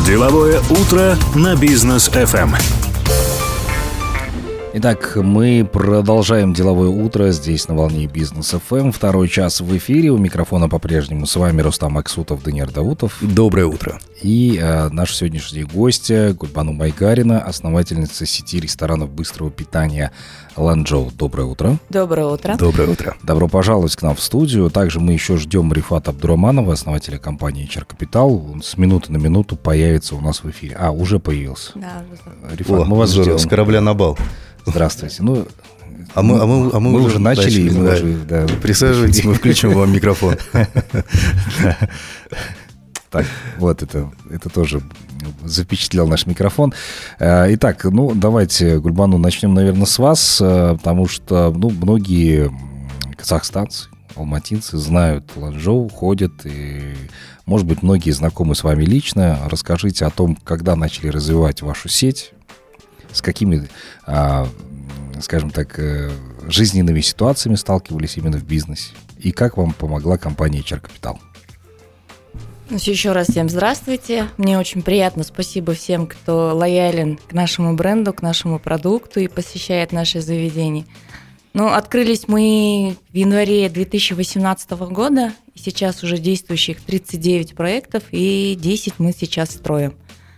Деловое утро на Бизнес ФМ. Итак, мы продолжаем деловое утро здесь на волне Бизнес ФМ. Второй час в эфире. У микрофона по-прежнему с вами Рустам Аксутов, Даниил Даутов. Доброе утро. И наши сегодняшние гости Гульбану Майгарина, основательница сети ресторанов быстрого питания Ланчжоу. Доброе утро. Доброе утро. Доброе утро. Добро пожаловать к нам в студию. Также мы еще ждем Рифата Абдураманова, основателя компании HR Capital. Он с минуты на минуту появится у нас в эфире. Уже появился. Да, Рифат, мы вас ждем. С корабля на бал. Здравствуйте. Мы уже начали. Присаживайтесь, мы включим вам микрофон. Так, вот это тоже запечатлел наш микрофон. Итак, давайте, Гульбану, начнем, наверное, с вас, потому что, многие казахстанцы, алматинцы знают Ланчжоу, ходят, и, может быть, многие знакомы с вами лично. Расскажите о том, когда начали развивать вашу сеть, с какими, скажем так, жизненными ситуациями сталкивались именно в бизнесе, и как вам помогла компания HR Capital. Еще раз всем здравствуйте. Мне очень приятно. Спасибо всем, кто лоялен к нашему бренду, к нашему продукту и посещает наши заведения. Открылись мы в январе 2018 года. И сейчас уже действующих 39 проектов, и 10 мы сейчас строим.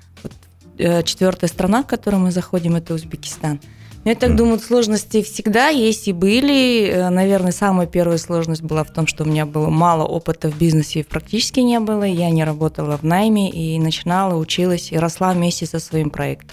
Четвертая страна, в которую мы заходим, это Узбекистан. Я так думаю, сложности всегда есть и были. Наверное, самая первая сложность была в том, что у меня было мало опыта в бизнесе, практически не было. Я не работала в найме и начинала, училась и росла вместе со своим проектом.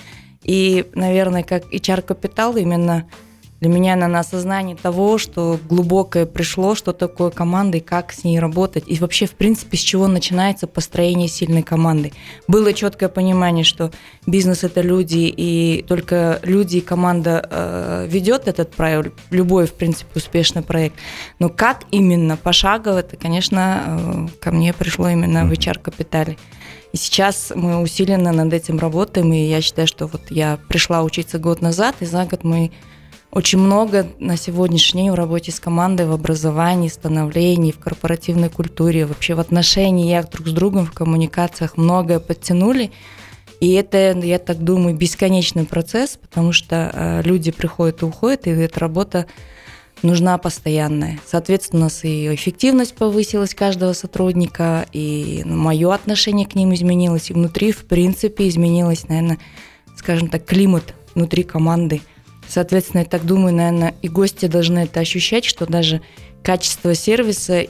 И, наверное, как HR Capital именно для меня, на осознание того, что глубокое пришло, что такое команда и как с ней работать. И вообще, в принципе, с чего начинается построение сильной команды. Было четкое понимание, что бизнес – это люди, и только люди и команда ведет этот проект, любой, в принципе, успешный проект. Но как именно, пошагово, это, конечно, ко мне пришло именно в HR Capital. И сейчас мы усиленно над этим работаем, и я считаю, что я пришла учиться год назад, и за год мы очень много на сегодняшний день в работе с командой, в образовании, становлении, в корпоративной культуре, вообще в отношениях друг с другом, в коммуникациях многое подтянули. И это, я так думаю, бесконечный процесс, потому что люди приходят и уходят, и эта работа нужна постоянная. Соответственно, у нас и эффективность повысилась каждого сотрудника, и мое отношение к ним изменилось, и внутри, в принципе, изменилось, наверное, скажем так, климат внутри команды. Соответственно, я так думаю, наверное, и гости должны это ощущать, что даже качество сервиса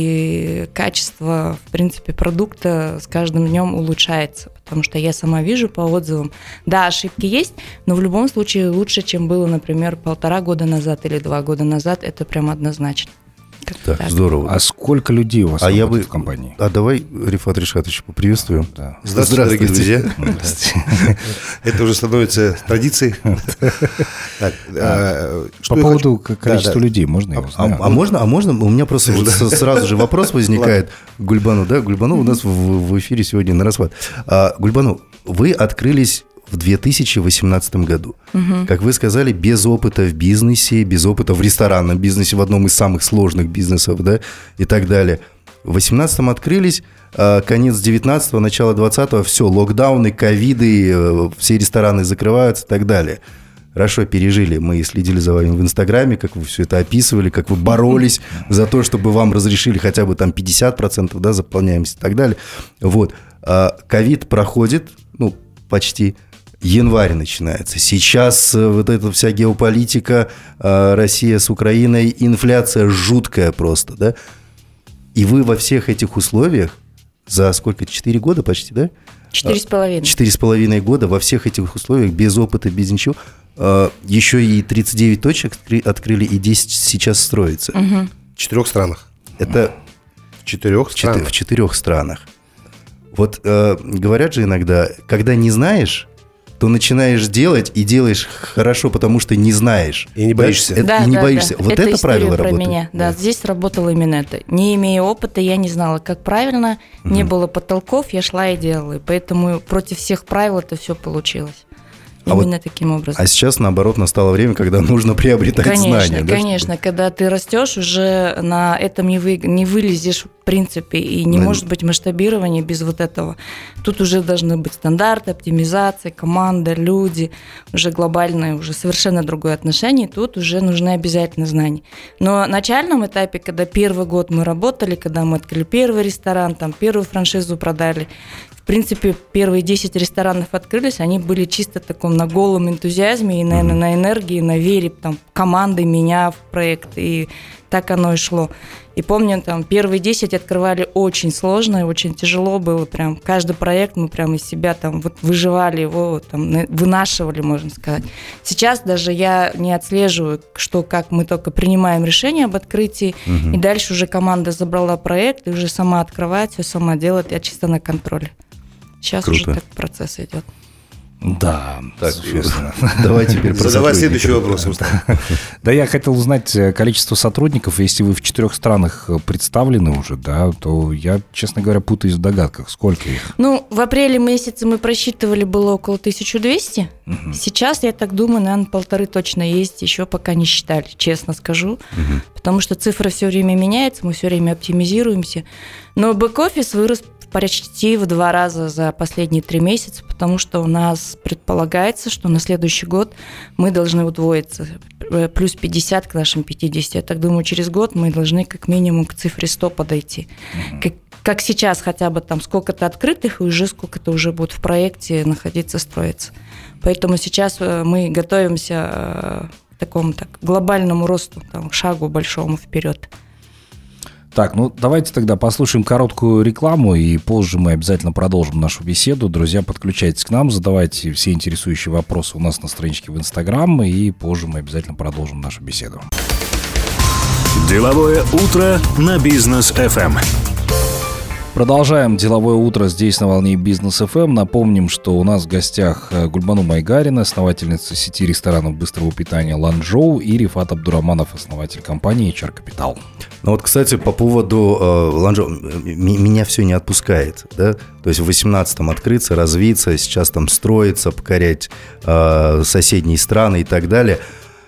и качество, в принципе, продукта с каждым днем улучшается. Потому что я сама вижу по отзывам, да, ошибки есть, но в любом случае лучше, чем было, например, 1,5 года назад или 2 года назад, это прям однозначно. Так, здорово. А сколько людей у вас работает в компании? Давай Рифат Ришатович поприветствуем. Да. Здравствуйте, дорогие друзья. Это уже становится традицией. По поводу количества людей, можно я узнаю? А можно? У меня просто сразу же вопрос возникает. Гульбану, да? Гульбану у нас в эфире сегодня на расхват. Гульбану, вы открылись в 2018 году. Как вы сказали, без опыта в бизнесе, без опыта в ресторанном бизнесе, в одном из самых сложных бизнесов, да, и так далее. В 2018-м открылись, конец 19-го, начало 20-го, все, локдауны, ковиды, все рестораны закрываются и так далее. Хорошо, пережили. Мы следили за вами в Инстаграме, как вы все это описывали, как вы боролись за то, чтобы вам разрешили хотя бы там 50%, да, заполняемость и так далее. Вот. Ковид проходит, почти. Январь начинается. Сейчас вот эта вся геополитика, Россия с Украиной, инфляция жуткая просто, да? И вы во всех этих условиях за сколько? 4 года почти, да? 4,5. 4,5 года во всех этих условиях, без опыта, без ничего. Еще и 39 точек открыли, и 10 сейчас строится. В 4 странах. Это в 4 странах. В 4 странах. Вот говорят же иногда, когда не знаешь, то начинаешь делать и делаешь хорошо, потому что не знаешь. И не боишься. Не боишься. Вот это правило про работает. Меня. Да, здесь работало именно это. Не имея опыта, я не знала, как правильно, не было потолков, я шла и делала. И поэтому против всех правил это все получилось. Именно таким образом. А сейчас, наоборот, настало время, когда нужно приобретать знания. Конечно, когда ты растешь, уже на этом не вылезешь принципе, и не может быть масштабирования без вот этого. Тут уже должны быть стандарты, оптимизация, команда, люди, уже глобальное, уже совершенно другое отношение, тут уже нужны обязательно знания. Но на начальном этапе, когда первый год мы работали, когда мы открыли первый ресторан, там первую франшизу продали, в принципе, первые 10 ресторанов открылись, они были чисто таком на голом энтузиазме и, наверное, на энергии, на вере там, команды, меня в проект, и так оно и шло. И помню, там первые 10 открывали очень сложно, очень тяжело было, прям каждый проект мы прям из себя там вот выживали его, там вынашивали, можно сказать. Сейчас даже я не отслеживаю, что, как мы только принимаем решение об открытии, и дальше уже команда забрала проект и уже сама открывает, все сама делает, я чисто на контроле. Сейчас Круто. уже так процесс идет. Да, Так, существенно. Давай теперь про Задавай сотрудников. следующий вопрос, Рустам. Да, я хотел узнать количество сотрудников. Если вы в 4 странах представлены уже, да, то я, честно говоря, путаюсь в догадках. Сколько их? Ну, в апреле месяце мы просчитывали, было около 1200. Сейчас, я так думаю, наверное, 1500 точно есть, еще пока не считали, честно скажу. Потому что цифра все время меняется, мы все время оптимизируемся. Но бэк-офис вырос почти в 2 раза за последние 3 месяца, потому что у нас предполагается, что на следующий год мы должны удвоиться, плюс 50 к нашим 50. Я так думаю, через год мы должны как минимум к цифре 100 подойти. Как сейчас хотя бы там сколько-то открытых, и уже сколько-то уже будет в проекте находиться, строиться. Поэтому сейчас мы готовимся к такому глобальному росту, к шагу большому вперед. Так, ну давайте тогда послушаем короткую рекламу, и позже мы обязательно продолжим нашу беседу. Друзья, подключайтесь к нам, задавайте все интересующие вопросы у нас на страничке в Инстаграм, и позже мы обязательно продолжим нашу беседу. Деловое утро на Бизнес FM. Продолжаем деловое утро здесь на волне Бизнес FM. Напомним, что у нас в гостях Гульбану Майгарина, основательница сети ресторанов быстрого питания Ланчжоу, и Рифат Абдураманов, основатель компании HR Capital. Ну вот, кстати, по поводу Ланчжоу, меня все не отпускает, да? То есть в 18-м открыться, развиться, сейчас там строиться, покорять соседние страны и так далее.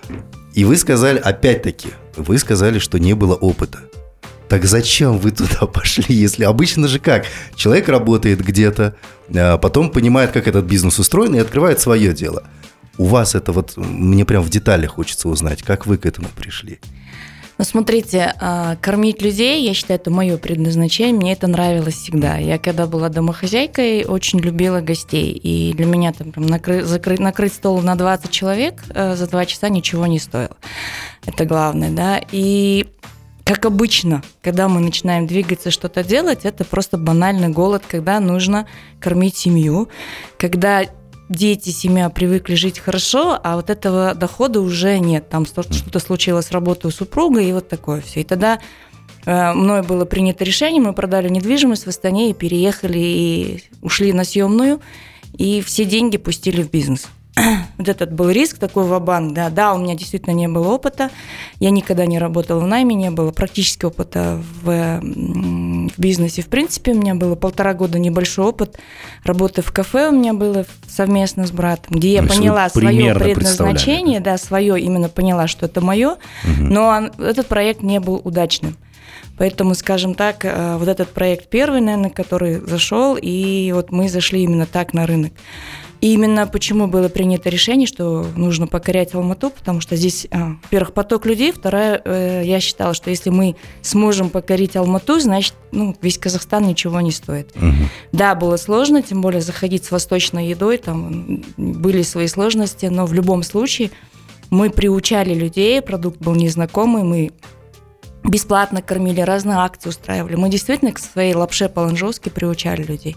И вы сказали, опять-таки, что не было опыта. Так зачем вы туда пошли, если обычно же как? Человек работает где-то, потом понимает, как этот бизнес устроен, и открывает свое дело. У вас это вот, мне прям в деталях хочется узнать, как вы к этому пришли. Ну, смотрите, кормить людей, я считаю, это мое предназначение, мне это нравилось всегда. Я когда была домохозяйкой, очень любила гостей, и для меня там прям накрыть стол на 20 человек за 2 часа ничего не стоило. Это главное, да, и... Как обычно, когда мы начинаем двигаться, что-то делать, это просто банальный голод, когда нужно кормить семью, когда дети, семья привыкли жить хорошо, а вот этого дохода уже нет. Там что-то случилось с работой у супруга, и вот такое все. И тогда мной было принято решение, мы продали недвижимость в Астане и переехали, и ушли на съемную, и все деньги пустили в бизнес. Вот этот был риск, такой ва-банк, да, у меня действительно не было опыта, я никогда не работала в найме, не было практически опыта в бизнесе, в принципе, у меня было 1,5 года небольшой опыт работы в кафе у меня было совместно с братом, где я поняла свое предназначение, да, свое именно поняла, что это мое, но этот проект не был удачным. Поэтому, скажем так, вот этот проект первый, наверное, который зашел, и вот мы зашли именно так на рынок. И именно почему было принято решение, что нужно покорять Алмату, потому что здесь, во-первых, поток людей, второе, я считала, что если мы сможем покорить Алмату, значит, весь Казахстан ничего не стоит. Да, было сложно, тем более заходить с восточной едой, там были свои сложности, но в любом случае мы приучали людей, продукт был незнакомый, мы бесплатно кормили, разные акции устраивали. Мы действительно к своей лапше по-ланчжоуски приучали людей.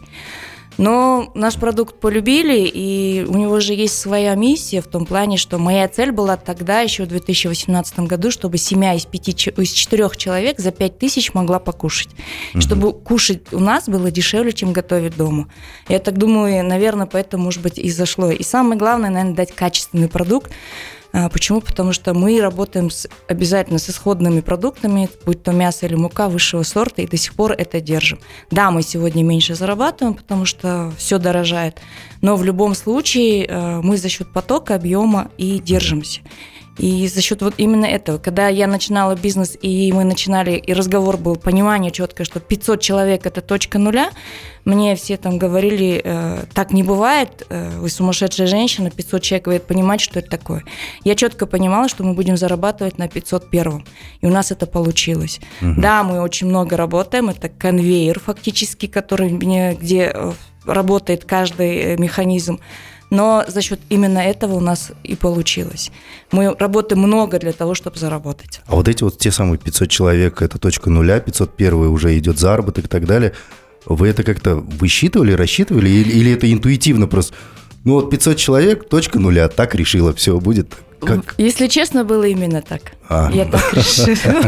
Но наш продукт полюбили, и у него же есть своя миссия в том плане, что моя цель была тогда, еще в 2018 году, чтобы семья из 4 человек за 5000 могла покушать. Чтобы кушать у нас было дешевле, чем готовить дома. Я так думаю, наверное, поэтому, может быть, и зашло. И самое главное, наверное, дать качественный продукт. Почему? Потому что мы работаем обязательно с исходными продуктами, будь то мясо или мука высшего сорта, и до сих пор это держим. Да, мы сегодня меньше зарабатываем, потому что все дорожает, но в любом случае мы за счет потока, объема и держимся. И за счет вот именно этого, когда я начинала бизнес, и мы начинали, и разговор был, понимание четкое, что 500 человек – это точка нуля, мне все там говорили, так не бывает, вы сумасшедшая женщина, 500 человек, вы понимаете, что это такое. Я четко понимала, что мы будем зарабатывать на 501-м, и у нас это получилось. Да, мы очень много работаем, это конвейер фактически, где работает каждый механизм, но за счет именно этого у нас и получилось. Мы работаем много для того, чтобы заработать. А вот эти вот те самые 500 человек, это точка нуля, 501 уже идет заработок и так далее. Вы это как-то высчитывали, рассчитывали, или это интуитивно просто? Ну вот 500 человек, точка нуля, так решила, все будет. Как? Если честно, было именно так. Я так решила.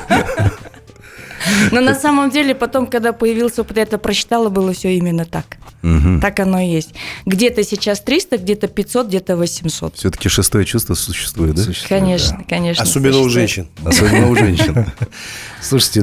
Но на самом деле потом, когда появился опыт, я это просчитала, было все именно так. Так оно и есть. Где-то сейчас 300, где-то 500, где-то 800. Все-таки шестое чувство существует, да? Конечно, конечно. Особенно у женщин. Особенно у женщин. Слушайте,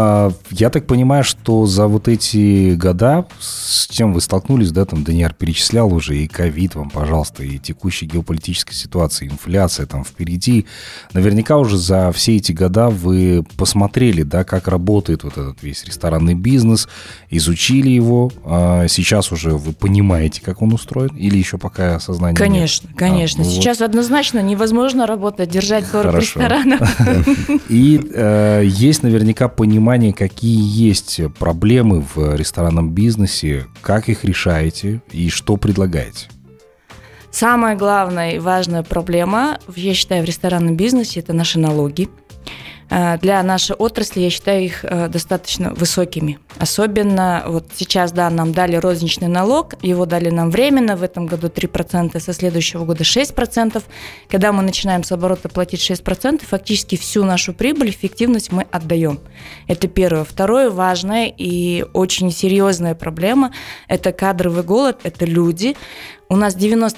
я так понимаю, что за вот эти года, с чем вы столкнулись, да, там Данияр перечислял уже, и ковид вам, пожалуйста, и текущая геополитическая ситуация, инфляция там впереди. Наверняка уже за все эти года вы посмотрели, да, как работает вот этот весь ресторанный бизнес, изучили его, сейчас уже вы понимаете, как он устроен, или еще пока осознания конечно, нет? Конечно. Сейчас однозначно невозможно работать, держать 40 ресторанов. И есть наверняка понимание, какие есть проблемы в ресторанном бизнесе, как их решаете и что предлагаете. Самая главная и важная проблема, я считаю, в ресторанном бизнесе – это наши налоги. Для нашей отрасли, я считаю, их достаточно высокими. Особенно вот сейчас, да, нам дали розничный налог, его дали нам временно, в этом году 3%, со следующего года 6%. Когда мы начинаем с оборота платить 6%, фактически всю нашу прибыль, эффективность мы отдаем. Это первое. Второе, важная и очень серьезная проблема – это кадровый голод, это люди. У нас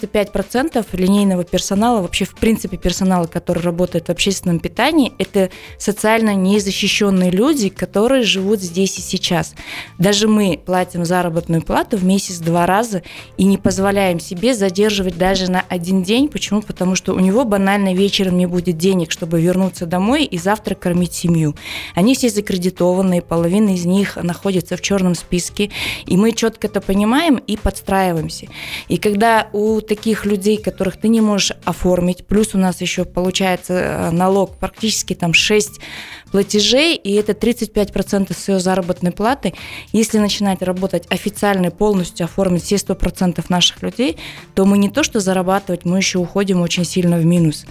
95% линейного персонала, вообще в принципе персонала, который работает в общественном питании, это социально незащищенные люди, которые живут здесь и сейчас. Даже мы платим заработную плату в месяц 2 раза и не позволяем себе задерживать даже на 1 день. Почему? Потому что у него банально вечером не будет денег, чтобы вернуться домой и завтра кормить семью. Они все закредитованные, половина из них находится в черном списке, и мы четко это понимаем и подстраиваемся. И когда у таких людей, которых ты не можешь оформить, плюс у нас еще получается налог практически там 6 платежей, и это 35% с ее заработной платы. Если начинать работать официально, полностью оформить все 100% наших людей, то мы не то что зарабатывать, мы еще уходим очень сильно в минус.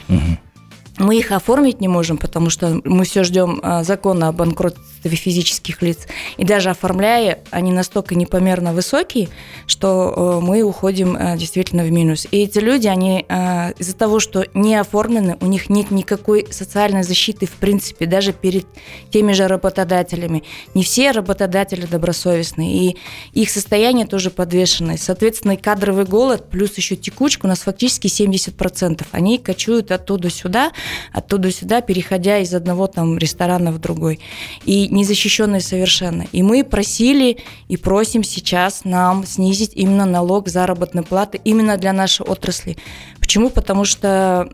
Мы их оформить не можем, потому что мы все ждем закона о банкротстве физических лиц. И даже оформляя, они настолько непомерно высокие, что мы уходим действительно в минус. И эти люди, они из-за того, что не оформлены, у них нет никакой социальной защиты в принципе, даже перед теми же работодателями. Не все работодатели добросовестные, и их состояние тоже подвешенное. Соответственно, кадровый голод, плюс еще текучка, у нас фактически 70%. Они кочуют оттуда-сюда, переходя из одного там ресторана в другой. И незащищенные совершенно. И мы просили и просим сейчас нам снизить именно налог заработной платы именно для нашей отрасли. Почему? Потому что,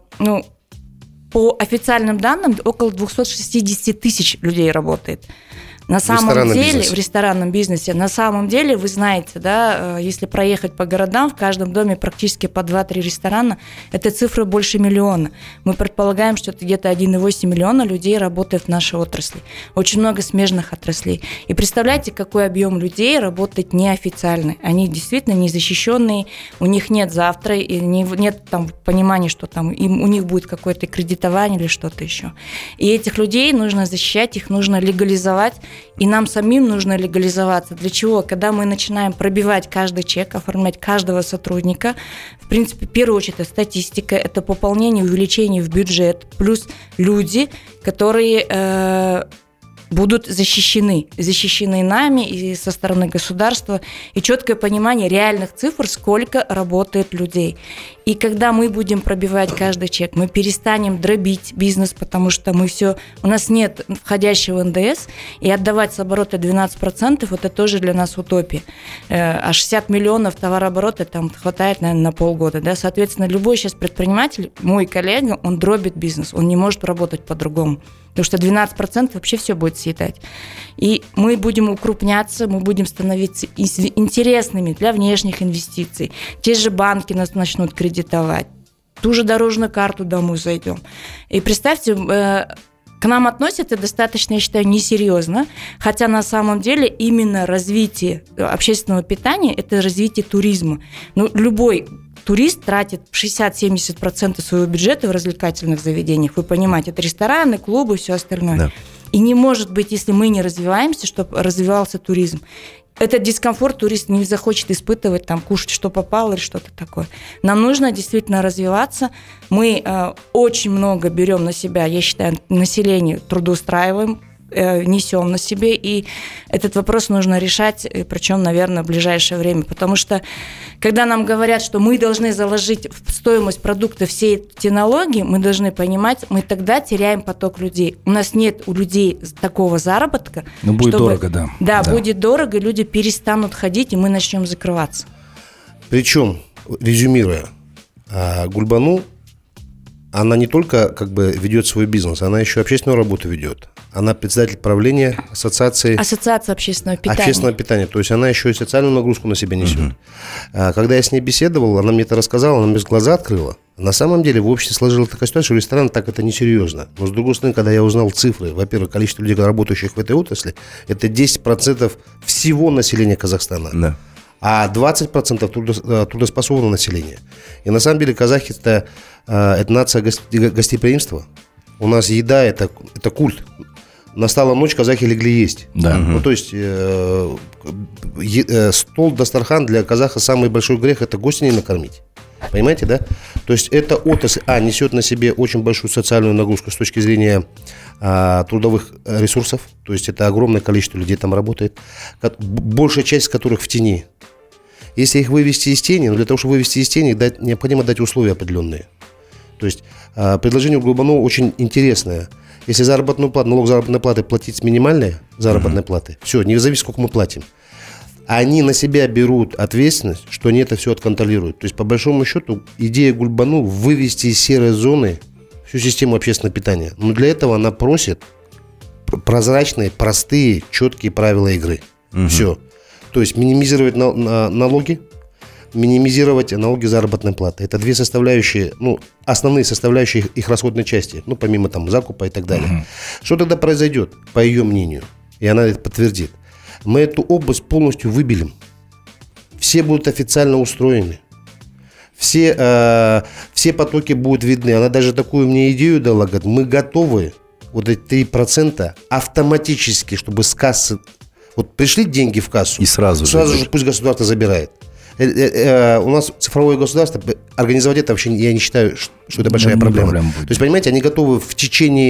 по официальным данным, около 260 тысяч людей работает. На самом деле, в ресторанном бизнесе, на самом деле, вы знаете, да, если проехать по городам, в каждом доме практически по 2-3 ресторана, это цифры больше миллиона. Мы предполагаем, что это где-то 1,8 миллиона людей работает в нашей отрасли. Очень много смежных отраслей. И представляете, какой объем людей работает неофициально. Они действительно незащищенные, у них нет завтра, и нет там понимания, что там у них будет какое-то кредитование или что-то еще. И этих людей нужно защищать, их нужно легализовать. И нам самим нужно легализоваться. Для чего? Когда мы начинаем пробивать каждый чек, оформлять каждого сотрудника, в принципе, в первую очередь, это статистика, это пополнение, увеличение в бюджет, плюс люди, которые будут защищены нами и со стороны государства, и четкое понимание реальных цифр, сколько работает людей. И когда мы будем пробивать каждый чек, мы перестанем дробить бизнес, потому что у нас нет входящего НДС, и отдавать с оборота 12%, это тоже для нас утопия. А 60 миллионов товарооборота там хватает, наверное, на полгода. Да? Соответственно, любой сейчас предприниматель, мой коллега, он дробит бизнес, он не может работать по-другому. Потому что 12% вообще все будет съедать. И мы будем укрупняться, мы будем становиться интересными для внешних инвестиций. Те же банки нас начнут кредитовать. Ту же дорожную карту домой зайдем. И представьте, к нам относятся достаточно, я считаю, несерьезно, хотя на самом деле именно развитие общественного питания – это развитие туризма. Любой турист тратит 60-70% своего бюджета в развлекательных заведениях. Вы понимаете, это рестораны, клубы, все остальное. Да. И не может быть, если мы не развиваемся, чтобы развивался туризм. Этот дискомфорт турист не захочет испытывать, там, кушать, что попало или что-то такое. Нам нужно действительно развиваться. Мы очень много берем на себя, я считаю, население трудоустраиваем, несем на себе, и этот вопрос нужно решать, причем, наверное, в ближайшее время, потому что, когда нам говорят, что мы должны заложить в стоимость продукта все эти налоги, мы должны понимать, мы тогда теряем поток людей. У нас нет у людей такого заработка. Будет дорого, да. Да, будет дорого, люди перестанут ходить, и мы начнем закрываться. Причем, резюмируя, Гульбану, она не только ведет свой бизнес, она еще общественную работу ведет. Она председатель правления Ассоциации общественного питания. То есть она еще и социальную нагрузку на себя несет. Когда я с ней беседовал, она мне это рассказала, она мне глаза открыла. На самом деле в обществе сложилась такая ситуация, что ресторан так это несерьезно. Но с другой стороны, когда я узнал цифры, во-первых, количество людей, работающих в этой отрасли, это 10% всего населения Казахстана. Да. А 20% трудоспособного населения. И на самом деле казахи это нация гостеприимства. У нас еда это культ. Настала ночь, казахи легли есть. Да. То есть стол, дастархан для казаха самый большой грех – это гостя не накормить. Понимаете, да? То есть эта отрасль несет на себе очень большую социальную нагрузку с точки зрения трудовых ресурсов. То есть это огромное количество людей там работает, большая часть из которых в тени. Если их вывести из тени, для того, чтобы вывести из тени, необходимо дать условия определенные. То есть предложение Гульбану очень интересное. Если заработную плату, налог заработной платы платить с минимальной заработной платы, все, не зависит, сколько мы платим. Они на себя берут ответственность, что они это все отконтролируют. То есть, по большому счету, идея Гульбану вывести из серой зоны всю систему общественного питания. Но для этого она просит прозрачные, простые, четкие правила игры. Все. То есть минимизировать налоги, минимизировать налоги заработной платы. Это две составляющие, основные составляющие их расходной части, помимо закупа и так далее. Что тогда произойдет, по ее мнению? И она это подтвердит. Мы эту область полностью выбелим. Все будут официально устроены. Все потоки будут видны. Она даже такую мне идею дала, говорит, мы готовы вот эти 3% автоматически, чтобы с кассы... Вот пришли деньги в кассу, и сразу же пусть государство забирает. У нас цифровое государство, организовать это вообще, я не считаю, что это большая проблема. То есть, понимаете, они готовы в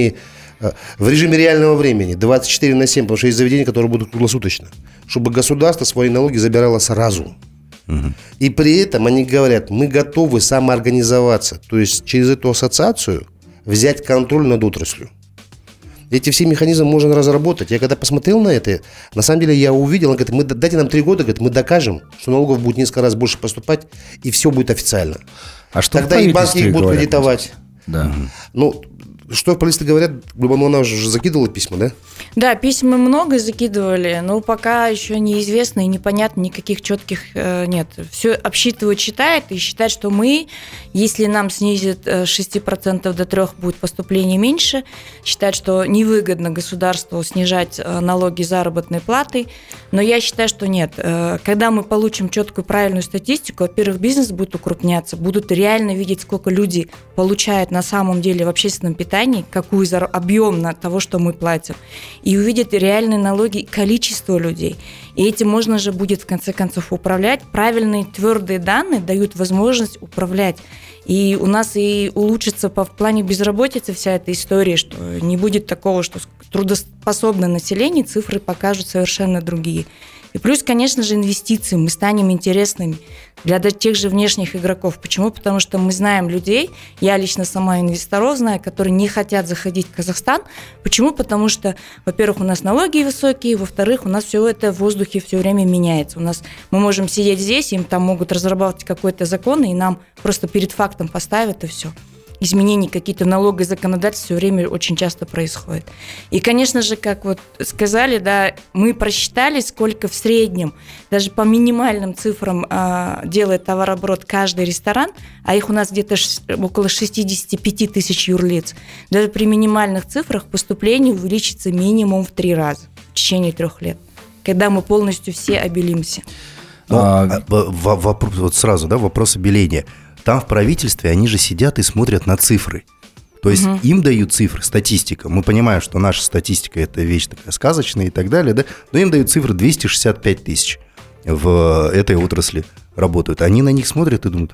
режиме реального времени, 24/7, потому что есть заведения, которые будут круглосуточно, чтобы государство свои налоги забирало сразу. И при этом они говорят, мы готовы самоорганизоваться, то есть через эту ассоциацию взять контроль над отраслью. Эти все механизмы можно разработать. Я когда посмотрел на это, на самом деле я увидел, он говорит, дайте нам 3 года, говорит, мы докажем, что налогов будет несколько раз больше поступать, и все будет официально. А что тогда и банки их будут кредитовать. Да. Что в правительстве говорят, Гульбану, она уже закидывала письма, да? Да, письма много закидывали, но пока еще неизвестно и непонятно, никаких четких нет. Все обсчитывают, считают и считают, что если нам снизят с 6% до 3% будет поступление меньше, считают, что невыгодно государству снижать налоги заработной платы, но я считаю, что нет. Когда мы получим четкую правильную статистику, во-первых, бизнес будет укрупняться, будут реально видеть, сколько люди получают на самом деле в общественном питании, какой объем того, что мы платим, и увидят реальные налоги, количество людей. И этим можно же будет в конце концов управлять. Правильные твердые данные дают возможность управлять. И у нас и улучшится в плане безработицы вся эта история, что не будет такого, что трудоспособное население, цифры покажут совершенно другие. И плюс, конечно же, инвестиции. Мы станем интересными для тех же внешних игроков. Почему? Потому что мы знаем людей, я лично сама инвесторов знаю, которые не хотят заходить в Казахстан. Почему? Потому что, во-первых, у нас налоги высокие, во-вторых, у нас все это в воздухе все время меняется. Мы можем сидеть здесь, им там могут разрабатывать какой-то закон, и нам просто перед фактом поставят, и все. Изменения какие-то налоговые законодательства все время очень часто происходят. И, конечно же, как вот сказали, да, мы просчитали, сколько в среднем, даже по минимальным цифрам делает товарооборот каждый ресторан, а их у нас где-то около 65 тысяч юрлиц. Даже при минимальных цифрах поступление увеличится минимум в 3 раза в течение 3 лет, когда мы полностью все обелимся. Вот сразу, да, вопрос обеления. Там в правительстве они же сидят и смотрят на цифры. То есть им дают цифры, статистика. Мы понимаем, что наша статистика – это вещь такая сказочная и так далее, да? Но им дают цифры 265 тысяч в этой отрасли работают. Они на них смотрят и думают,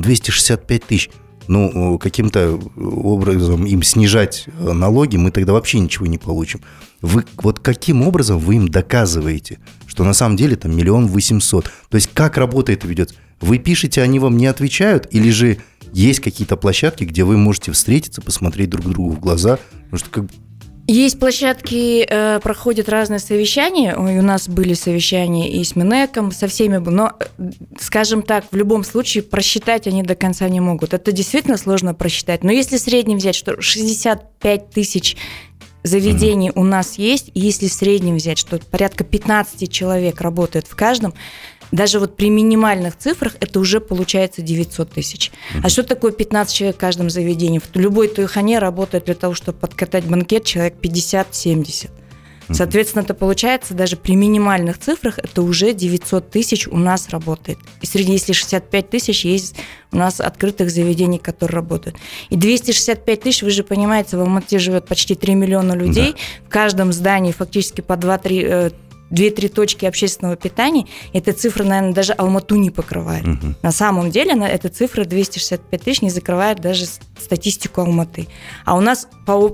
265 тысяч, каким-то образом им снижать налоги, мы тогда вообще ничего не получим. Вот каким образом вы им доказываете, что на самом деле там 1 800 000? То есть как работа это ведется? Вы пишете, они вам не отвечают, или же есть какие-то площадки, где вы можете встретиться, посмотреть друг другу в глаза? Потому что Есть площадки, проходят разные совещания. У нас были совещания и с Минэком, со всеми, но, скажем так, в любом случае просчитать они до конца не могут. Это действительно сложно просчитать. Но если в среднем взять, что 65 тысяч заведений у нас есть, и если в среднем взять, что порядка 15 человек работает в каждом, даже вот при минимальных цифрах это уже получается 900 тысяч. А что такое 15 человек в каждом заведении? В любой Туйхане работает для того, чтобы подкатать банкет, человек 50-70. Соответственно, это получается, даже при минимальных цифрах, это уже 900 тысяч у нас работает. И если 65 тысяч есть у нас открытых заведений, которые работают. И 265 тысяч, вы же понимаете, в Алмате живет почти 3 миллиона людей. Да. В каждом здании фактически по 2-3 точки общественного питания. Эта цифра, наверное, даже Алмату не покрывает. На самом деле эта цифра 265 тысяч не закрывает даже статистику Алматы. А у нас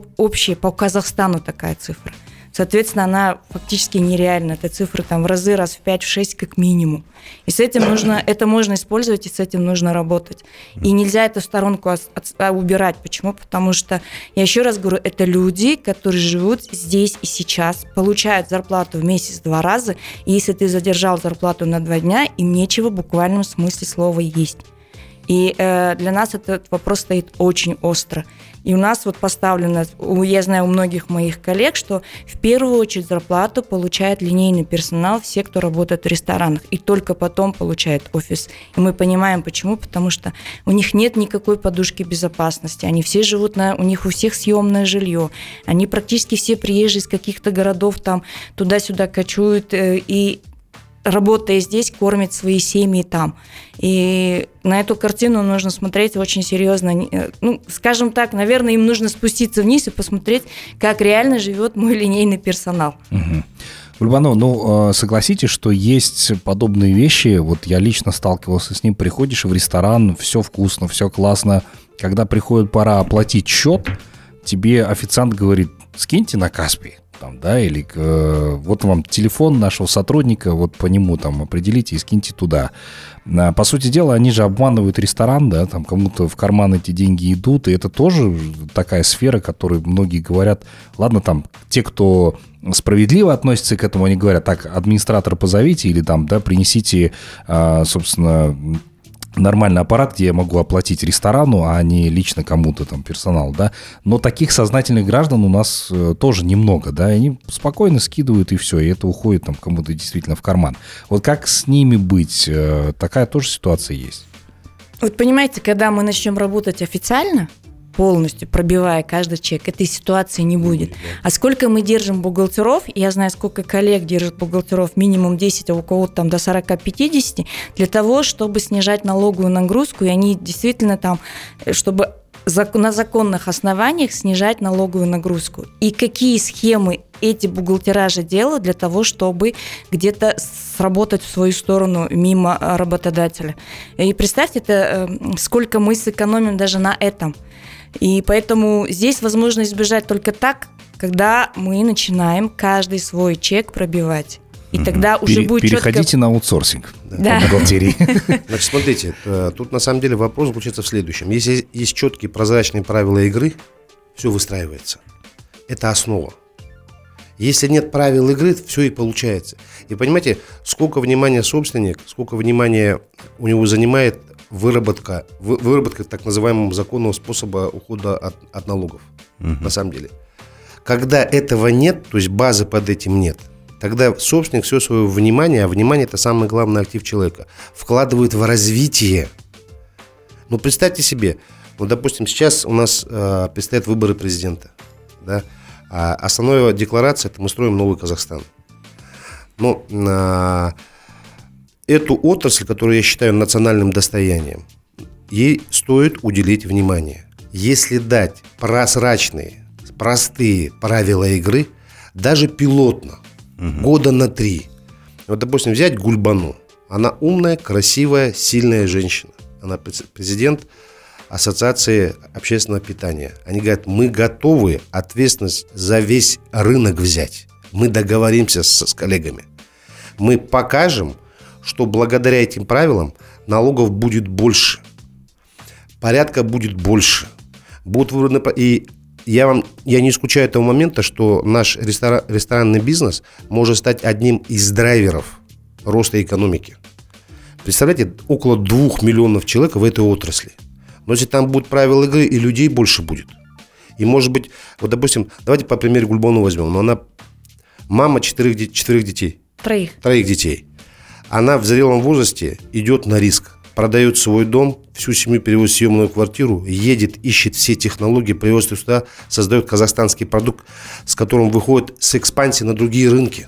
по Казахстану такая цифра. Соответственно, она фактически нереальна. Эта цифра там в разы, раз в 5-6 как минимум. И с этим это можно использовать, и с этим нужно работать. И нельзя эту сторонку убирать. Почему? Потому что, я еще раз говорю, это люди, которые живут здесь и сейчас, получают зарплату в месяц 2 раза, и если ты задержал зарплату на 2 дня, им нечего в буквальном смысле слова есть. И для нас этот вопрос стоит очень остро. И у нас вот поставлено, я знаю у многих моих коллег, что в первую очередь зарплату получает линейный персонал, все, кто работает в ресторанах, и только потом получает офис. И мы понимаем, почему, потому что у них нет никакой подушки безопасности, они все живут, у них у всех съемное жилье, они практически все приезжие из каких-то городов, там туда-сюда кочуют, и работая здесь, кормят свои семьи там. И на эту картину нужно смотреть очень серьезно. Скажем так, наверное, им нужно спуститься вниз и посмотреть, как реально живет мой линейный персонал. Гульбану, согласитесь, что есть подобные вещи. Вот я лично сталкивался с ним. Приходишь в ресторан, все вкусно, все классно. Когда приходит пора оплатить счет, тебе официант говорит: скиньте на Каспий. Или вот вам телефон нашего сотрудника, вот по нему там определите и скиньте туда. По сути дела, они же обманывают ресторан, да, там кому-то в карман эти деньги идут, и это тоже такая сфера, которой многие говорят, ладно, там те, кто справедливо относятся к этому, они говорят: так, администратора позовите или там, да, принесите, собственно, нормальный аппарат, где я могу оплатить ресторану, а не лично кому-то там персоналу, да. Но таких сознательных граждан у нас тоже немного, да, и они спокойно скидывают, и все, и это уходит там кому-то действительно в карман. Вот как с ними быть? Такая тоже ситуация есть. Вот понимаете, когда мы начнем работать официально, полностью пробивая каждый чек, этой ситуации не будет. А сколько мы держим бухгалтеров, я знаю, сколько коллег держат бухгалтеров, минимум 10, а у кого-то там до 40-50, для того, чтобы снижать налоговую нагрузку, и они действительно там, чтобы на законных основаниях снижать налоговую нагрузку. И какие схемы эти бухгалтера же делают для того, чтобы где-то сработать в свою сторону мимо работодателя. И представьте, сколько мы сэкономим даже на этом. И поэтому здесь возможно избежать только так, когда мы начинаем каждый свой чек пробивать. И тогда уже будет переходите четко... на аутсорсинг Да. по бухгалтерии. Значит, смотрите, тут на самом деле вопрос заключается в следующем. Если есть четкие прозрачные правила игры, все выстраивается. Это основа. Если нет правил игры, все и получается. И понимаете, сколько внимания собственник, сколько внимания у него занимает выработка так называемого законного способа ухода от налогов. На самом деле. Когда этого нет, то есть базы под этим нет, тогда собственник все свое внимание, а внимание – это самый главный актив человека, вкладывает в развитие. Ну, представьте себе, допустим, сейчас у нас предстоят выборы президента, да? А основная декларация – это мы строим новый Казахстан. Но эту отрасль, которую я считаю национальным достоянием, ей стоит уделить внимание. Если дать прозрачные, простые правила игры, даже пилотно, года на 3. Вот, допустим, взять Гульбану. Она умная, красивая, сильная женщина. Она президент Ассоциации общественного питания. Они говорят, мы готовы ответственность за весь рынок взять. Мы договоримся с коллегами. Мы покажем, что благодаря этим правилам налогов будет больше, порядка будет больше. Будут выбраны... И я не исключаю этого момента, что наш ресторанный бизнес может стать одним из драйверов роста экономики. Представляете, около 2 миллионов человек в этой отрасли. Но если там будут правила игры, и людей больше будет. И может быть, вот допустим, давайте по примеру Гульбану возьмем. Но она мама 4 детей. Троих детей. Она в зрелом возрасте идет на риск. Продает свой дом, всю семью перевозит в съемную квартиру, едет, ищет все технологии, привозит сюда, создает казахстанский продукт, с которым выходит с экспансией на другие рынки.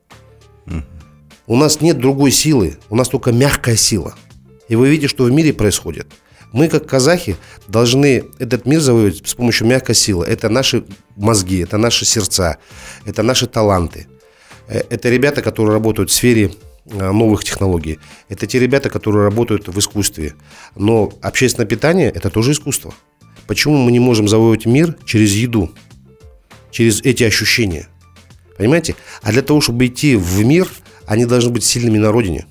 У нас нет другой силы, у нас только мягкая сила. И вы видите, что в мире происходит. Мы, как казахи, должны этот мир завоевать с помощью мягкой силы. Это наши мозги, это наши сердца, это наши таланты. Это ребята, которые работают в сфере новых технологий. Это те ребята, которые работают в искусстве. Но общественное питание – это тоже искусство. Почему мы не можем завоевать мир через еду? Через эти ощущения. Понимаете? А для того, чтобы идти в мир, они должны быть сильными на родине.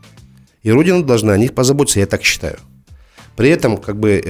И родина должна о них позаботиться, я так считаю. При этом, как бы,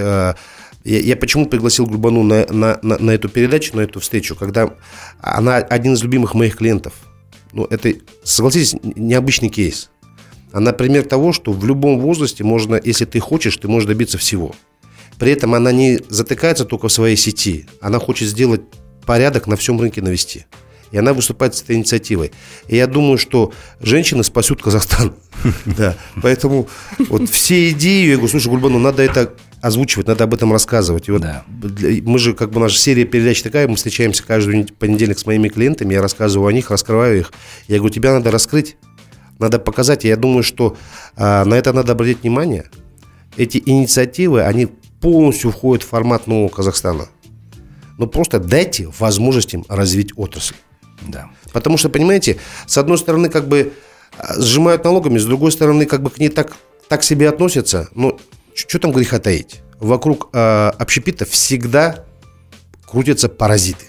я почему пригласил Гульбану на эту передачу, на эту встречу, когда она один из любимых моих клиентов. Ну, это, согласитесь, необычный кейс. Она пример того, что в любом возрасте можно, если ты хочешь, ты можешь добиться всего. При этом она не затыкается только в своей сети. Она хочет сделать порядок на всем рынке навести. И она выступает с этой инициативой. И я думаю, что женщины спасут Казахстан. Да. Поэтому вот все идеи, я говорю, слушай, Гульбану, надо это озвучивать, надо об этом рассказывать. И вот мы же, как бы, наша серия передач такая, мы встречаемся каждый понедельник с моими клиентами, я рассказываю о них, раскрываю их. Я говорю, тебя надо раскрыть, надо показать. И я думаю, что на это надо обратить внимание. Эти инициативы, они полностью входят в формат нового Казахстана. Но просто дайте возможность им развить отрасль. Да. Потому что, понимаете, с одной стороны, как бы сжимают налогами, с другой стороны, как бы к ней так себе относятся. Но что там греха таить? Вокруг общепита всегда крутятся паразиты.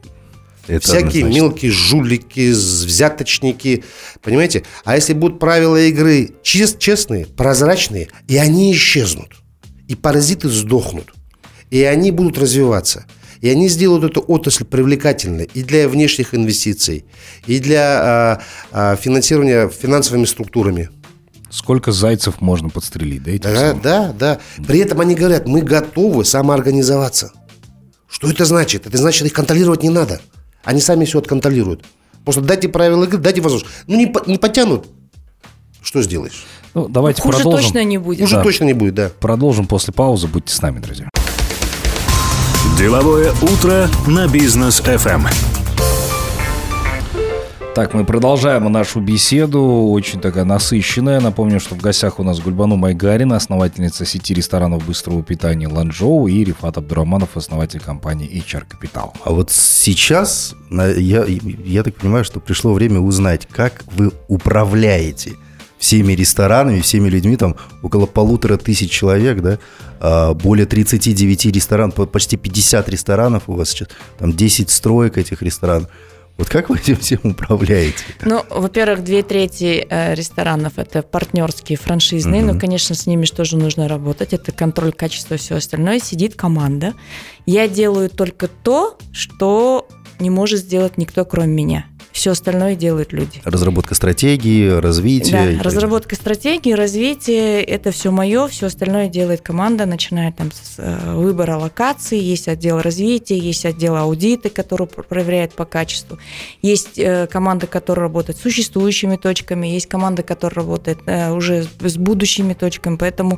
Это всякие однозначно. Мелкие жулики, взяточники. Понимаете? А если будут правила игры честные, прозрачные, и они исчезнут. И паразиты сдохнут. И они будут развиваться. И они сделают эту отрасль привлекательной и для внешних инвестиций, и для финансирования финансовыми структурами. Сколько зайцев можно подстрелить, да? Да. При этом они говорят, мы готовы самоорганизоваться. Что это значит? Это значит, их контролировать не надо. Они сами все отконтролируют. Просто дайте правила игры, дайте возможность. Ну, не потянут. Что сделаешь? Ну, давайте Хуже продолжим. точно не будет. Хуже точно не будет, да. Продолжим после паузы. Будьте с нами, друзья. Деловое утро на Бизнес FM. Так, мы продолжаем нашу беседу, очень такая насыщенная. Напомню, что в гостях у нас Гульбану Майгарина, основательница сети ресторанов быстрого питания Ланчжоу, и Рифат Абдураманов, основатель компании HR Capital. А вот сейчас я так понимаю, что пришло время узнать, как вы управляете всеми ресторанами, всеми людьми, там около 1500 человек, да, более 39 ресторанов, почти 50 ресторанов у вас сейчас, там 10 строек этих ресторанов. Вот как вы этим всем управляете? Ну, во-первых, 2/3 ресторанов – это партнерские, франшизные, но, конечно, с ними тоже нужно работать. Это контроль качества и все остальное. Сидит команда. Я делаю только то, что не может сделать никто, кроме меня. Все остальное делают люди. Разработка стратегии, развитие. Да, разработка стратегии, развитие – это все мое, все остальное делает команда, начиная там с выбора локаций, есть отдел развития, есть отдел аудита, который проверяет по качеству, есть команда, которая работает с существующими точками, есть команда, которая работает уже с будущими точками, поэтому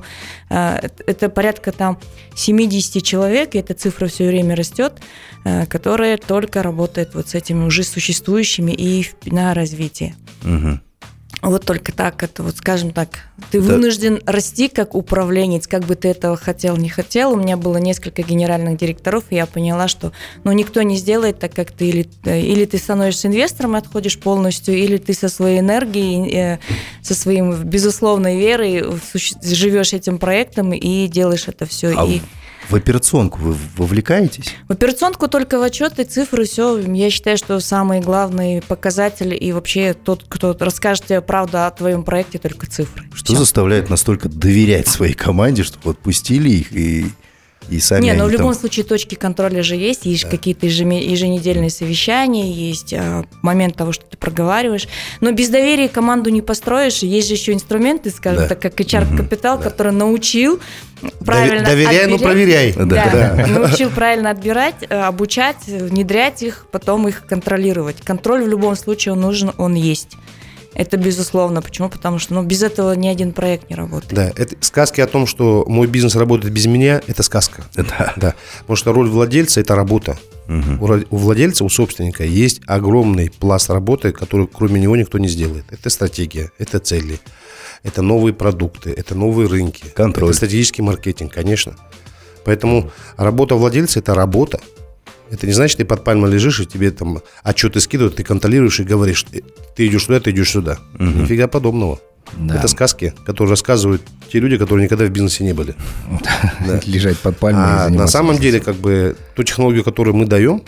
это порядка там 70 человек, и эта цифра все время растет, которые только работают вот с этими уже существующими и на развитие. Угу. Вот только так, это вот, скажем так, ты вынужден расти как управленец, как бы ты этого хотел, не хотел. У меня было несколько генеральных директоров, и я поняла, что никто не сделает так, как ты. Или ты становишься инвестором и отходишь полностью, или ты со своей энергией, со своей безусловной верой живешь этим проектом и делаешь это все. В операционку вы вовлекаетесь? В операционку только в отчеты, цифры, все. Я считаю, что самый главный показатель и вообще тот, кто расскажет тебе правду о твоем проекте, только цифры. Что заставляет настолько доверять своей команде, чтобы отпустили их и сами... Не, но в любом случае точки контроля же есть какие-то еженедельные совещания, есть момент того, что ты проговариваешь. Но без доверия команду не построишь. Есть же еще инструменты, скажем так, как HR-капитал, который научил правильно доверяй, но проверяй. Научил правильно отбирать, обучать, внедрять их, потом их контролировать. Контроль в любом случае он нужен, он есть. Это безусловно. Почему? Потому что без этого ни один проект не работает. Да, это сказки о том, что мой бизнес работает без меня, это сказка. Да. Потому что роль владельца – это работа. У владельца, у собственника есть огромный пласт работы, который кроме него никто не сделает. Это стратегия, это цели, это новые продукты, это новые рынки, контроль. Это стратегический маркетинг, конечно. Поэтому работа владельца – это работа. Это не значит, ты под пальмой лежишь, и тебе там отчеты скидывают, ты контролируешь и говоришь, ты идешь туда, ты идешь сюда. Нифига подобного. Да. Это сказки, которые рассказывают те люди, которые никогда в бизнесе не были. Лежать под пальмой. А на самом деле, ту технологию, которую мы даем,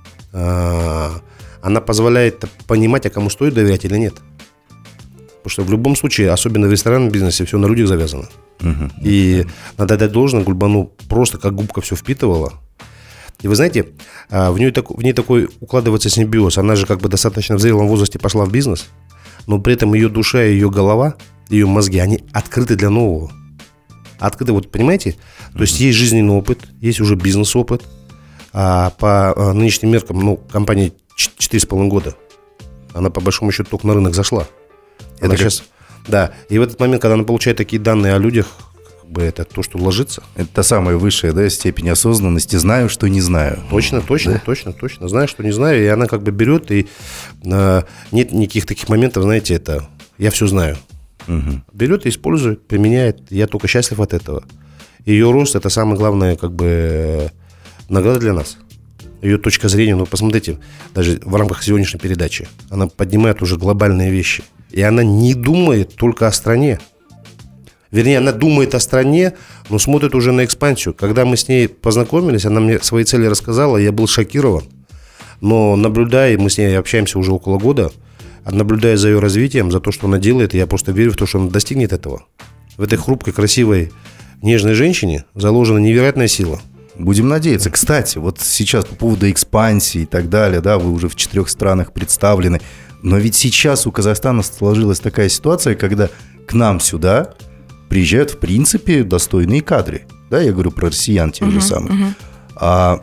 она позволяет понимать, а кому стоит доверять или нет. Потому что в любом случае, особенно в ресторанном бизнесе, все на людях завязано. И надо дать должное, Гульбану просто как губка все впитывала. И вы знаете, в ней такой укладывается симбиоз. Она же достаточно в зрелом возрасте пошла в бизнес, но при этом ее душа, ее голова, ее мозги, они открыты для нового. Открыты, вот понимаете? То есть есть жизненный опыт, есть уже бизнес-опыт. А по нынешним меркам, компании 4,5 года. Она по большому счету только на рынок зашла. Это сейчас, да. И в этот момент, когда она получает такие данные о людях, это то, что ложится. Это та самая высшая степень осознанности. Знаю, что не знаю. Точно. Знаю, что не знаю. И она берет, и нет никаких таких моментов, знаете, это я все знаю. Берет и использует, применяет. Я только счастлив от этого. Ее рост – это самое главное, награда для нас. Ее точка зрения, посмотрите, даже в рамках сегодняшней передачи, она поднимает уже глобальные вещи. И она не думает только о стране. Вернее, она думает о стране, но смотрит уже на экспансию. Когда мы с ней познакомились, она мне свои цели рассказала, я был шокирован. Но наблюдая, мы с ней общаемся уже около года, наблюдая за ее развитием, за то, что она делает, я просто верю в то, что она достигнет этого. В этой хрупкой, красивой, нежной женщине заложена невероятная сила. Будем надеяться. Кстати, вот сейчас по поводу экспансии и так далее, вы уже в 4 странах представлены. Но ведь сейчас у Казахстана сложилась такая ситуация, когда к нам сюда приезжают, в принципе, достойные кадры. Я говорю про россиян тех же самых. А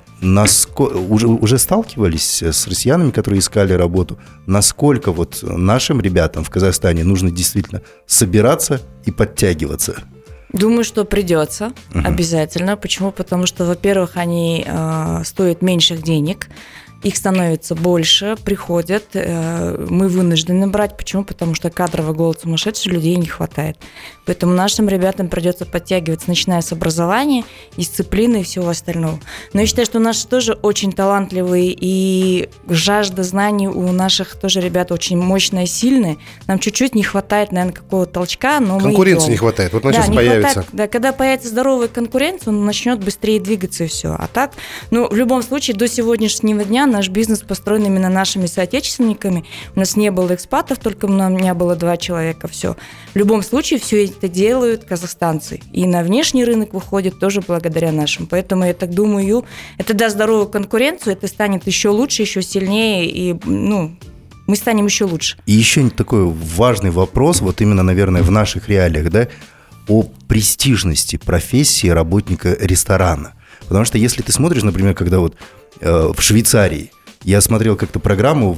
уже сталкивались с россиянами, которые искали работу? Насколько нашим ребятам в Казахстане нужно действительно собираться и подтягиваться? Думаю, что придется обязательно. Почему? Потому что, во-первых, они стоят меньших денег. их становится больше, приходят, мы вынуждены брать. Почему? Потому что кадровый голод сумасшедший, людей не хватает. Поэтому нашим ребятам придется подтягиваться, начиная с образования, дисциплины и всего остального. Но я считаю, что наши тоже очень талантливые, и жажда знаний у наших тоже ребят очень мощная, сильная. Нам чуть-чуть не хватает, наверное, какого-то толчка, но конкуренции не хватает. Вот она сейчас появится. Хватает, да, когда появится здоровая конкуренция, он начнет быстрее двигаться и все. А так, в любом случае, до сегодняшнего дня наш бизнес построен именно нашими соотечественниками. У нас не было экспатов, только у меня было 2 человека, все. В любом случае, все это делают казахстанцы. И на внешний рынок выходит тоже благодаря нашим. Поэтому я так думаю, это даст здоровую конкуренцию, это станет еще лучше, еще сильнее, и, мы станем еще лучше. И еще такой важный вопрос, вот именно, наверное, в наших реалиях, да, о престижности профессии работника ресторана. Потому что если ты смотришь, например, когда вот в Швейцарии, я смотрел как-то программу,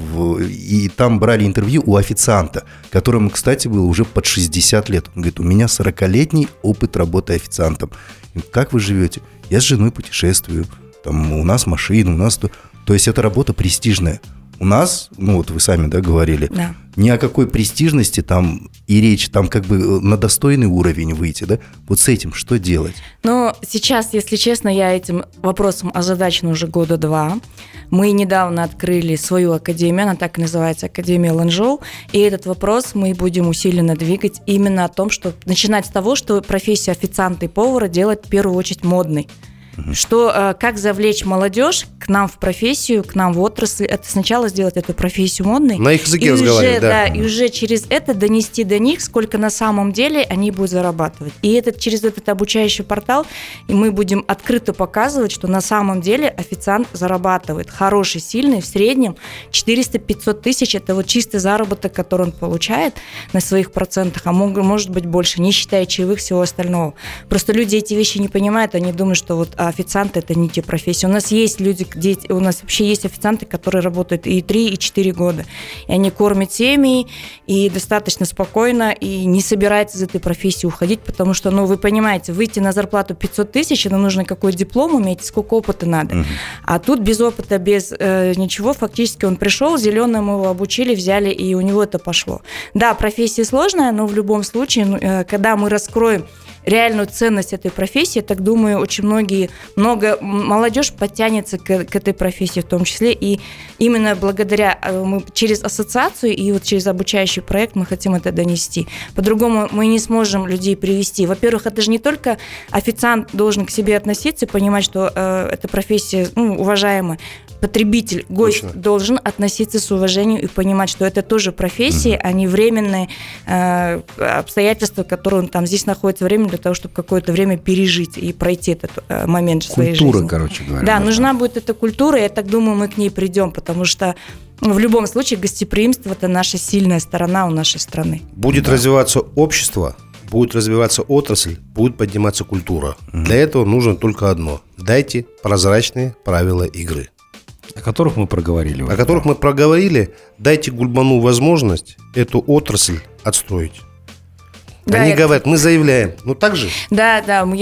и там брали интервью у официанта, которому, кстати, было уже под 60 лет. Он говорит, у меня 40-летний опыт работы официантом. Как вы живете? Я с женой путешествую, там у нас машина, у нас... То есть это работа престижная. У нас, вот вы сами, да, говорили, да, ни о какой престижности там и речь, там как бы на достойный уровень выйти, да? Вот с этим что делать? Но сейчас, если честно, я этим вопросом озадачена уже 2 года. Мы недавно открыли свою академию, она так и называется, Академия Ланчжоу, и этот вопрос мы будем усиленно двигать именно о том, что начинать с того, что профессия официанта и повара делать в первую очередь модной. Что, как завлечь молодежь к нам в профессию, к нам в отрасль, это сначала сделать эту профессию модной. На их языке разговаривать, да. И уже через это донести до них, сколько на самом деле они будут зарабатывать. И через этот обучающий портал и мы будем открыто показывать, что на самом деле официант зарабатывает хороший, сильный, в среднем 400-500 тысяч, это вот чистый заработок, который он получает на своих процентах, а может быть больше, не считая чаевых, всего остального. Просто люди эти вещи не понимают, они думают, что вот официанты – это не те профессии. У нас есть люди, у нас вообще есть официанты, которые работают и 3, и 4 года. И они кормят семьи, и достаточно спокойно, и не собираются из этой профессии уходить, потому что, вы понимаете, выйти на зарплату 500 тысяч, это нужно какой диплом иметь, сколько опыта надо. А тут без опыта, без ничего, фактически он пришел, зеленый, мы его обучили, взяли, и у него это пошло. Да, профессия сложная, но в любом случае, когда мы раскроем реальную ценность этой профессии, я так думаю, очень много молодежь подтянется к этой профессии в том числе, и именно благодаря мы через ассоциацию и вот через обучающий проект мы хотим это донести. По-другому мы не сможем людей привести. Во-первых, это же не только официант должен к себе относиться и понимать, что эта профессия уважаемая. Потребитель, гость Точно. Должен относиться с уважением и понимать, что это тоже профессия, а не временные обстоятельства, которые он там здесь находится время для того, чтобы какое-то время пережить и пройти этот момент в своей жизни. Культура, короче говоря. Да, нужна будет эта культура, и я так думаю, мы к ней придем, потому что в любом случае гостеприимство – это наша сильная сторона у нашей страны. Будет развиваться общество, будет развиваться отрасль, будет подниматься культура. Для этого нужно только одно – дайте прозрачные правила игры. О которых мы проговорили. О которых мы проговорили. Дайте Гульбану возможность эту отрасль отстроить. Да, они говорят, мы заявляем. Так же? Да,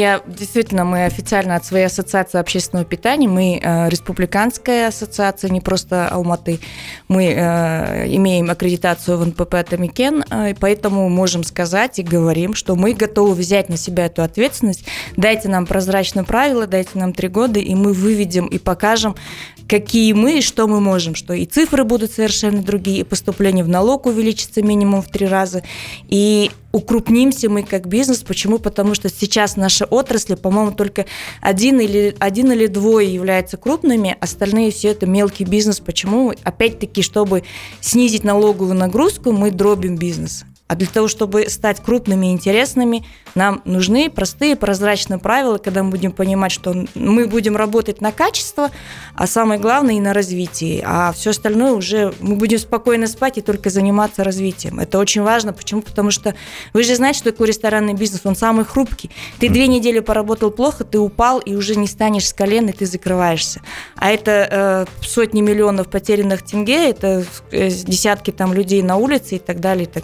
мы официально от своей ассоциации общественного питания, мы республиканская ассоциация, не просто Алматы, мы имеем аккредитацию в НПП «Атамекен», поэтому можем сказать и говорим, что мы готовы взять на себя эту ответственность. Дайте нам прозрачные правила, дайте нам 3 года, и мы выведем и покажем, какие мы и что мы можем, что и цифры будут совершенно другие, и поступление в налог увеличится минимум в 3 раза, и укрупнимся мы как бизнес. Почему? Потому что сейчас наши отрасли, по-моему, только один или 2 являются крупными, остальные все это мелкий бизнес. Почему? Опять-таки, чтобы снизить налоговую нагрузку, мы дробим бизнес. А для того, чтобы стать крупными и интересными, нам нужны простые прозрачные правила, когда мы будем понимать, что мы будем работать на качество, а самое главное и на развитие. А все остальное уже мы будем спокойно спать и только заниматься развитием. Это очень важно. Почему? Потому что вы же знаете, что такое ресторанный бизнес, он самый хрупкий. Ты 2 недели поработал плохо, ты упал и уже не станешь с колен, и ты закрываешься. А это сотни миллионов потерянных тенге, это десятки людей на улице и так далее, и так далее.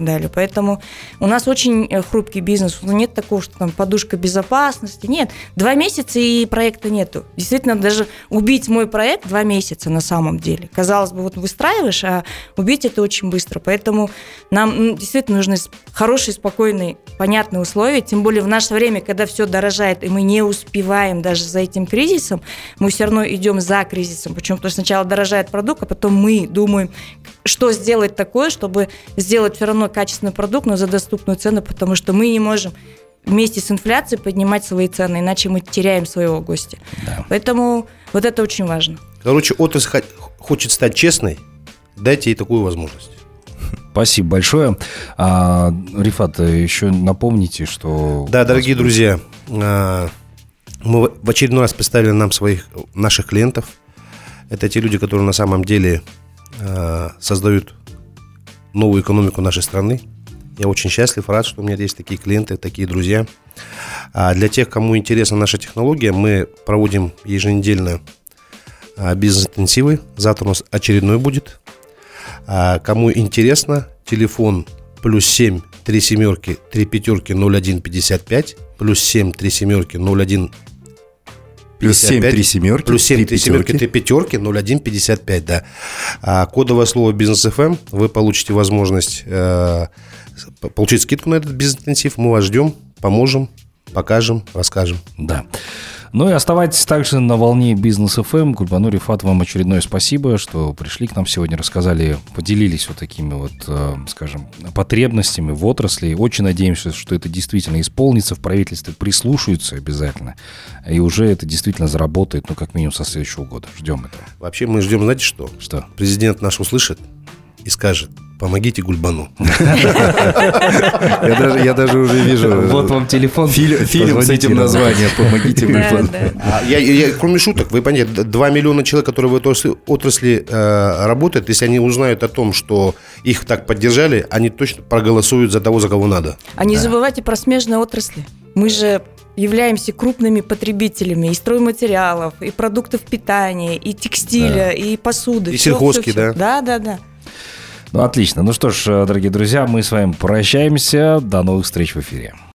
Поэтому у нас очень хрупкий бизнес. Нет такого, что там подушка безопасности. Нет, 2 месяца и проекта нету. Действительно, даже убить мой проект 2 месяца на самом деле. Казалось бы, вот выстраиваешь, а убить это очень быстро. Поэтому нам действительно нужны хорошие, спокойные, понятные условия. Тем более в наше время, когда все дорожает, и мы не успеваем даже за этим кризисом, мы все равно идем за кризисом. Почему? Потому что сначала дорожает продукт, а потом мы думаем, что сделать такое, чтобы сделать все равно качественный продукт, но за доступную цену, потому что мы не можем вместе с инфляцией поднимать свои цены, иначе мы теряем своего гостя. Да. Поэтому вот это очень важно. Короче, отрасль хочет стать честной, дайте ей такую возможность. Спасибо большое. Рифат, еще напомните, что... Да, дорогие друзья, мы в очередной раз представили наших клиентов. Это те люди, которые на самом деле создают новую экономику нашей страны. Я очень счастлив, рад, что у меня есть такие клиенты, такие друзья. Для тех, кому интересна наша технология, мы проводим еженедельно бизнес-интенсивы. Завтра у нас очередной будет. Кому интересно, телефон +7 37 35 01 55, +7 37 01 +7 3 семерки, +7 3 семерки, 3 пятерки, 01 55, да. Кодовое слово «Бизнес ФМ». Вы получите возможность получить скидку на этот бизнес-интенсив. Мы вас ждем, поможем, покажем, расскажем. Да. Ну и оставайтесь также на волне Бизнес ФМ. Гульбанур, Рифат, вам очередное спасибо, что пришли к нам сегодня, рассказали, поделились вот такими вот, скажем, потребностями в отрасли. Очень надеемся, что это действительно исполнится, в правительстве прислушаются обязательно, и уже это действительно заработает, ну, как минимум, со следующего года. Ждем этого. Вообще мы ждем, знаете что? Что? Президент наш услышит и скажет: помогите Гульбану. Я даже уже вижу. Вот вам телефон. Фильм с этим названием «Помогите Гульбану». Кроме шуток, вы понимаете, 2 миллиона человек, которые в этой отрасли работают, если они узнают о том, что их так поддержали, они точно проголосуют за того, за кого надо. А не забывайте про смежные отрасли. Мы же являемся крупными потребителями и стройматериалов, и продуктов питания, и текстиля, и посуды. И сельхозки, да? Да. Ну, отлично. Ну что ж, дорогие друзья, мы с вами прощаемся. До новых встреч в эфире.